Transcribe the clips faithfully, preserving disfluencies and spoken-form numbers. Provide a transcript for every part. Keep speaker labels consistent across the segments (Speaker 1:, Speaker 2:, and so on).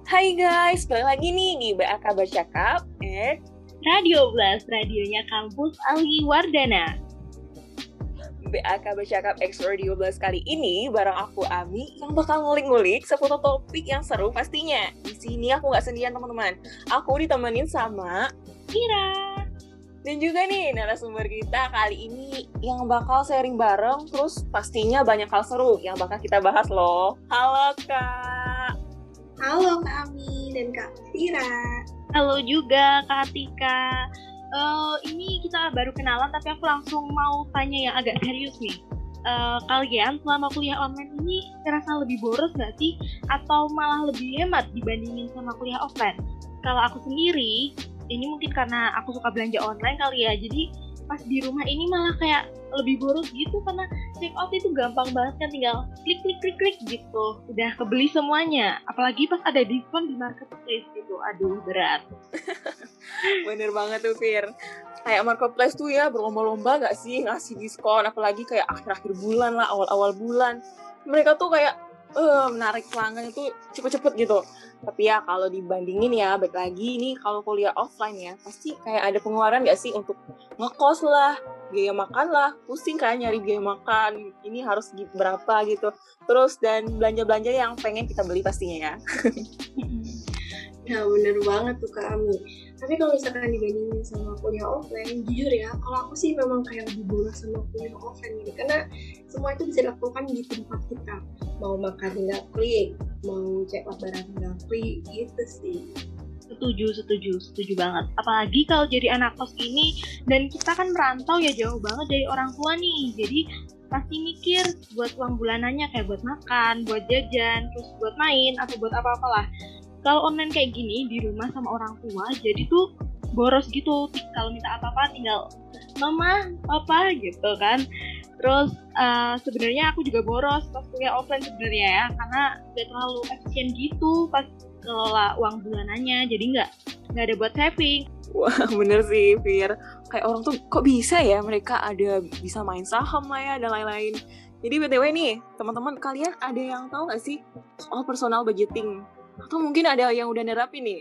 Speaker 1: Hai guys, balik lagi nih di B A K Bercakap at
Speaker 2: Radio Blast, radionya kampus Algi Wardana.
Speaker 1: B A K Bercakap X Radio Blast kali ini bareng aku Ami yang bakal ngulik-ngulik seputar topik yang seru pastinya. Di sini aku nggak sendirian teman-teman, aku ditemenin sama
Speaker 2: Kira.
Speaker 1: Dan juga nih narasumber kita kali ini yang bakal sharing bareng, terus pastinya banyak hal seru yang bakal kita bahas loh. Halo Kak.
Speaker 3: Halo Kak Ami dan Kak Fira.
Speaker 2: Halo juga Kak Atika. Uh, ini kita baru kenalan tapi aku langsung mau tanya yang agak serius nih. Uh, kalian selama kuliah online ini terasa lebih boros nggak sih? Atau malah lebih hemat dibandingin sama kuliah offline? Kalau aku sendiri, ini mungkin karena aku suka belanja online kali ya. Jadi pas di rumah ini malah kayak lebih boros gitu karena check out itu gampang banget kan, tinggal klik klik klik klik gitu udah kebeli semuanya, apalagi pas ada diskon di marketplace gitu. Aduh berat.
Speaker 1: Bener banget tuh Fir, kayak marketplace tuh ya berlomba-lomba gak sih ngasih diskon, apalagi kayak akhir-akhir bulan lah, awal-awal bulan mereka tuh kayak uh, menarik pelanggan itu cepet-cepet gitu. Tapi ya kalau dibandingin ya, balik lagi nih kalau kuliah offline ya pasti kayak ada pengeluaran gak sih untuk ngekos lah, biaya makan lah, pusing kan nyari biaya makan, ini harus berapa gitu, terus dan belanja-belanja yang pengen kita beli pastinya ya.
Speaker 3: Nah bener banget tuh Kak Ami. Tapi kalau misalkan dibandingin sama kuliah offline, jujur ya, kalau aku sih memang kayak lebih boros sama kuliah offline gitu. Karena semua itu bisa dilakukan di tempat kita. Mau makan tinggal klik, mau check out barang tinggal klik, gitu sih.
Speaker 2: Setuju, setuju, setuju banget. Apalagi kalau jadi anak kos ini, dan kita kan merantau ya jauh banget dari orang tua nih. Jadi pasti mikir buat uang bulanannya kayak buat makan, buat jajan, terus buat main, atau buat apa-apalah. Kalau online kayak gini di rumah sama orang tua, jadi tuh boros gitu. Kalau minta apa-apa tinggal mama, papa gitu kan. Terus uh, sebenarnya aku juga boros pas kuliah offline sebenarnya ya, karena gak terlalu efisien gitu pas kelola uang bulanannya, jadi nggak nggak ada buat saving.
Speaker 1: Wah bener sih Fir, kayak orang tuh kok bisa ya mereka ada bisa main saham lah ya dan lain-lain. Jadi B T W nih teman-teman, kalian ada yang tahu nggak sih soal personal budgeting? Atau mungkin ada yang udah nerapin nih?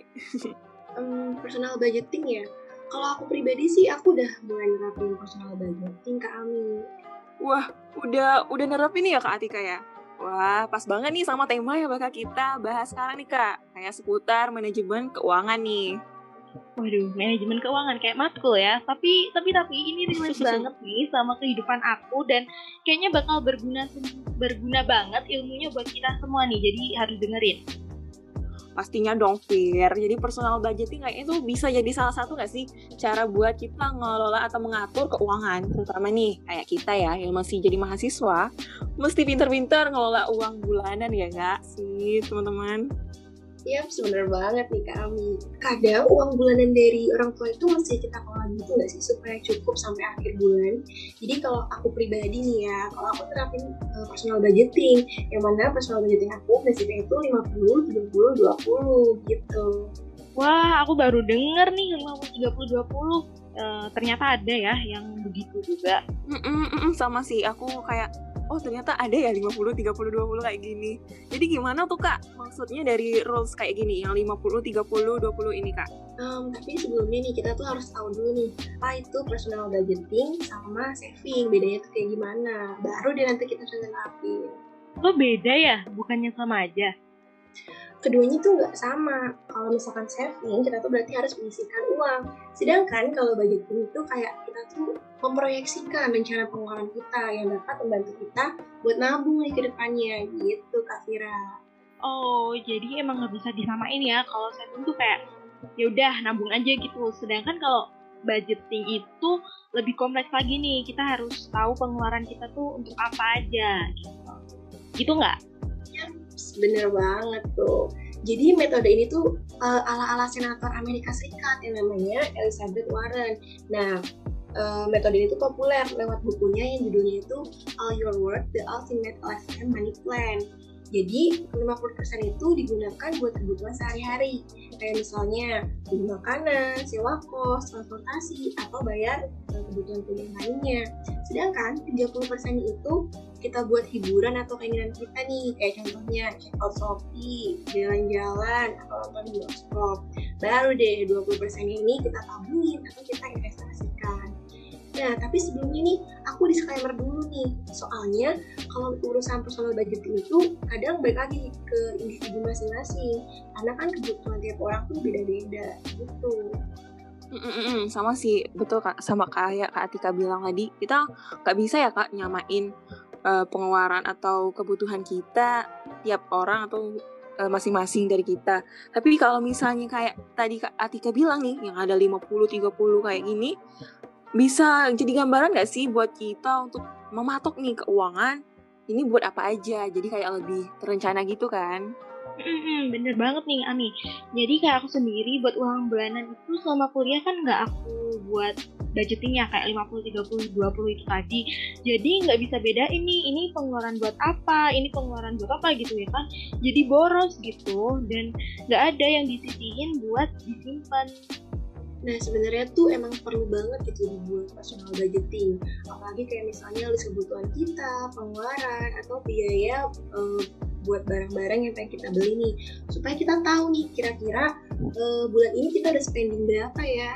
Speaker 3: um, personal budgeting ya, kalau aku pribadi sih aku udah mulai nerapin personal budgeting Kak Ami.
Speaker 1: Wah udah udah nerapin nih ya Kak Atika ya? Wah, pas banget nih sama tema yang bakal kita bahas sekarang nih Kak. Kayak seputar manajemen keuangan nih.
Speaker 2: Waduh, manajemen keuangan kayak matkul ya. Tapi tapi tapi ini relate banget nih sama kehidupan aku dan kayaknya bakal berguna berguna banget ilmunya buat kita semua nih. Jadi harus dengerin.
Speaker 1: Pastinya dong Fir. Jadi personal budgeting kayaknya itu bisa jadi salah satu gak sih cara buat kita ngelola atau mengatur keuangan, terutama nih kayak kita ya yang masih jadi mahasiswa, mesti pinter-pinter ngelola uang bulanan ya gak sih teman-teman?
Speaker 3: Yap, bener banget nih Kak Ami. Kadang uang bulanan dari orang tua itu masih kita kelola gitu nggak sih supaya cukup sampai akhir bulan. Jadi kalau aku pribadi nih ya, kalau aku terapin uh, personal budgeting, yang mana personal budgeting aku prinsipnya itu lima puluh, tiga puluh, dua puluh gitu.
Speaker 2: Wah, aku baru denger nih lima puluh, tiga puluh, dua puluh. Uh, ternyata ada ya yang begitu juga.
Speaker 1: Mm-mm, sama sih, aku kayak oh ternyata ada ya lima puluh, tiga puluh, dua puluh kayak gini. Jadi gimana tuh Kak? Maksudnya dari rules kayak gini, yang lima puluh, tiga puluh, dua puluh ini Kak?
Speaker 3: Um, tapi sebelumnya nih kita tuh harus tahu dulu nih apa itu personal budgeting sama saving, bedanya tuh kayak gimana. Baru deh nanti kita bisa nerapin.
Speaker 2: Kok beda ya? Bukannya sama aja?
Speaker 3: Keduanya tuh nggak sama. Kalau misalkan saving, kita tuh berarti harus menyisihkan uang. Sedangkan kalau budgeting itu kayak kita tuh memproyeksikan rencana pengeluaran kita yang dapat membantu kita buat nabung nih ke depannya gitu Kak Fira.
Speaker 2: Oh, jadi emang nggak bisa disamain ya. Kalau saving tuh kayak ya udah nabung aja gitu. Sedangkan kalau budgeting itu lebih kompleks lagi nih. Kita harus tahu pengeluaran kita tuh untuk apa aja gitu. Gitu nggak?
Speaker 3: Ya, bener banget tuh. Jadi metode ini tuh uh, ala-ala senator Amerika Serikat yang namanya Elizabeth Warren. Nah, uh, metode ini tuh populer lewat bukunya yang judulnya itu All Your Work, The Ultimate Lifetime Money Plan. Jadi lima puluh persen itu digunakan buat kebutuhan sehari-hari, kayak misalnya beli makanan, sewa kos, transportasi, atau bayar kebutuhan kuliah lainnya. Sedangkan tiga puluh persen itu kita buat hiburan atau keinginan kita nih, kayak contohnya check out Shopee, jalan-jalan, atau nonton bioskop. Baru deh dua puluh persen ini kita tabungin atau kita investasikan. Nah, tapi sebelumnya nih, aku disclaimer dulu nih, soalnya kalau urusan personal budgeting itu kadang balik lagi ke individu masing-masing, karena kan kebutuhan tiap orang tuh beda-beda, gitu.
Speaker 1: Mm-mm, sama sih, betul Kak, sama kayak Kak Atika bilang tadi, kita nggak bisa ya Kak nyamain uh, pengeluaran atau kebutuhan kita tiap orang atau uh, masing-masing dari kita. Tapi kalau misalnya kayak tadi Kak Atika bilang nih, yang ada lima puluh tiga puluh kayak gini, bisa jadi gambaran gak sih buat kita untuk mematok nih keuangan ini buat apa aja, jadi kayak lebih terencana gitu kan.
Speaker 2: Mm-mm, bener banget nih Ami. Jadi kayak aku sendiri buat uang bulanan itu selama kuliah kan gak aku buat budgetingnya kayak lima puluh, tiga puluh, dua puluh itu tadi. Jadi gak bisa bedain nih, ini pengeluaran buat apa, ini pengeluaran buat apa gitu ya kan. Jadi boros gitu dan gak ada yang disisihin buat disimpan.
Speaker 3: Nah sebenarnya tuh emang perlu banget gitu dibuat personal budgeting, apalagi kayak misalnya list kebutuhan kita, pengeluaran atau biaya uh, buat barang-barang yang pengen kita beli nih, supaya kita tahu nih kira-kira uh, bulan ini kita udah spending berapa ya.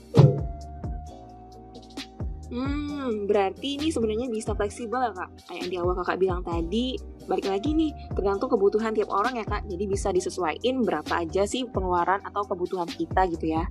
Speaker 1: Hmm, berarti ini sebenarnya bisa fleksibel ya Kak, kayak yang di awal Kakak bilang tadi, balik lagi nih tergantung kebutuhan tiap orang ya Kak, jadi bisa disesuaikan berapa aja sih pengeluaran atau kebutuhan kita gitu ya.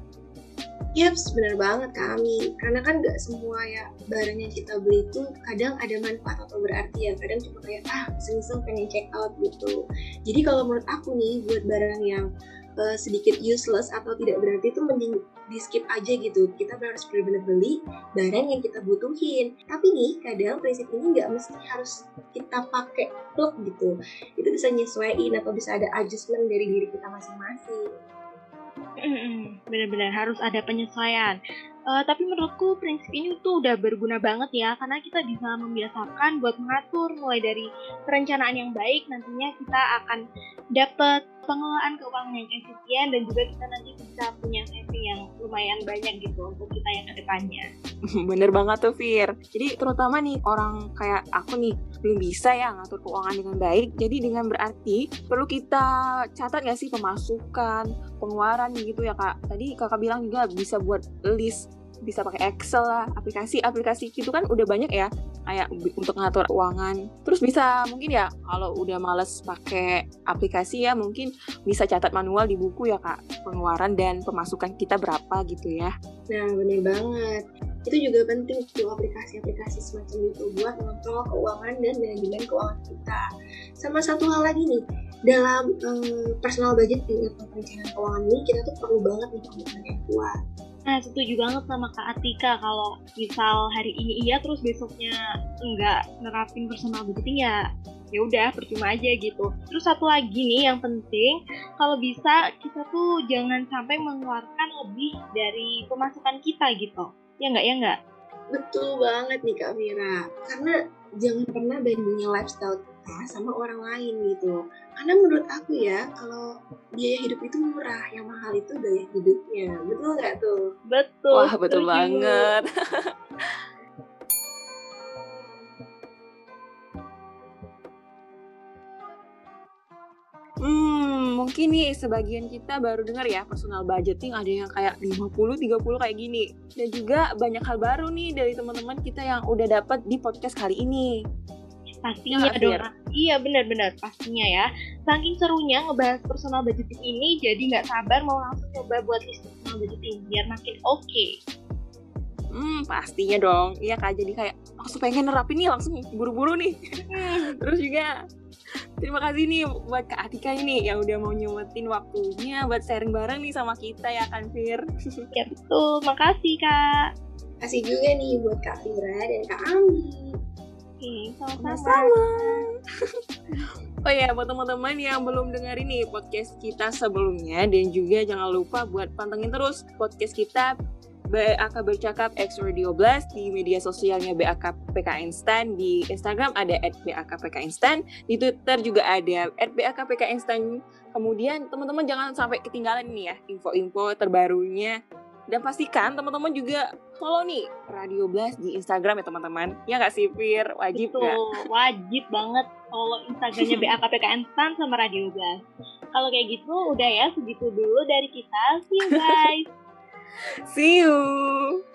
Speaker 3: Yaps, benar banget Kami. Karena kan gak semua ya barang yang kita beli itu kadang ada manfaat atau berarti ya. Kadang cuma kayak ah iseng-iseng pengen check out gitu. Jadi kalau menurut aku nih buat barang yang uh, sedikit useless atau tidak berarti itu mending di skip aja gitu. Kita harus benar-benar beli barang yang kita butuhin. Tapi nih kadang prinsip ini gak mesti harus kita pakai plug gitu. Itu bisa nyesuaiin atau bisa ada adjustment dari diri kita masing-masing.
Speaker 2: Benar-benar harus ada penyesuaian. Uh, tapi menurutku prinsip ini tuh udah berguna banget ya, karena kita bisa membiasakan buat mengatur mulai dari perencanaan yang baik. Nantinya kita akan dapat pengelolaan keuangan yang efisien dan juga kita nanti bisa punya saving yang lumayan banyak gitu untuk kita yang kedepannya.
Speaker 1: Bener banget tuh Fir. Jadi terutama nih orang kayak aku nih belum bisa ya ngatur keuangan dengan baik. Jadi dengan berarti perlu kita catat gak sih pemasukan, pengeluaran gitu ya Kak. Tadi Kakak bilang juga bisa buat list, bisa pakai Excel lah, aplikasi-aplikasi gitu kan udah banyak ya kayak untuk ngatur keuangan. Terus bisa mungkin ya kalau udah males pakai aplikasi ya mungkin bisa catat manual di buku ya Kak, pengeluaran dan pemasukan kita berapa gitu ya.
Speaker 3: Nah bener banget, itu juga penting tuh aplikasi-aplikasi semacam itu buat mengontrol keuangan dan manajemen keuangan kita. Sama satu hal lagi nih, dalam um, personal budgeting atau perencanaan keuangan ini kita tuh perlu banget nih komitmen yang kuat.
Speaker 2: Nah setuju banget sama Kak Atika, kalau misal hari ini iya terus besoknya enggak nerapin personal budgeting ya ya udah percuma aja gitu. Terus satu lagi nih yang penting, kalau bisa kita tuh jangan sampai mengeluarkan lebih dari pemasukan kita gitu. Ya enggak, ya enggak?
Speaker 3: Betul banget nih Kak Mira, karena jangan pernah bandingin lifestyle kita sama orang lain gitu. Karena menurut aku ya, kalau biaya hidup itu murah, yang mahal itu gaya hidupnya. Betul nggak tuh?
Speaker 2: Betul.
Speaker 1: Wah betul setuju banget. Hmm, mungkin nih sebagian kita baru dengar ya personal budgeting ada yang kayak lima puluh tiga puluh kayak gini. Dan juga banyak hal baru nih dari teman-teman kita yang udah dapat di podcast kali ini.
Speaker 2: Pastinya ya, dong. Iya benar-benar pastinya ya. Saking serunya ngebahas personal budgeting ini, jadi nggak sabar mau langsung coba buat list personal budgeting biar makin oke. Okay.
Speaker 1: Hmm, pastinya dong. Iya Kak, jadi kayak langsung pengen nerapin nih langsung buru-buru nih. Terus juga terima kasih nih buat Kak Atika ini yang udah mau nyumetin waktunya buat sharing bareng nih sama kita ya kan Fir.
Speaker 2: Ya betul, makasih Kak.
Speaker 3: Kasih juga nih buat Kak Fira dan Kak Ami.
Speaker 2: Oke,
Speaker 1: sama-sama. Oh ya, buat teman-teman yang belum dengerin nih podcast kita sebelumnya dan juga jangan lupa buat pantengin terus podcast kita B A K Bercakap X Radio Blast, di media sosialnya B A K P K N Stan, di Instagram ada at B A K P K N Stan, di Twitter juga ada at B A K P K N Stan. Kemudian teman-teman jangan sampai ketinggalan nih ya info-info terbarunya. Dan pastikan teman-teman juga follow nih Radio Blast di Instagram ya teman-teman. Ya nggak sih Fir? Wajib nggak?
Speaker 2: Betul, wajib banget follow Instagramnya B A K P K N Stan sama Radio Blast. Kalau kayak gitu udah ya, segitu dulu dari kita. See you guys.
Speaker 1: See you.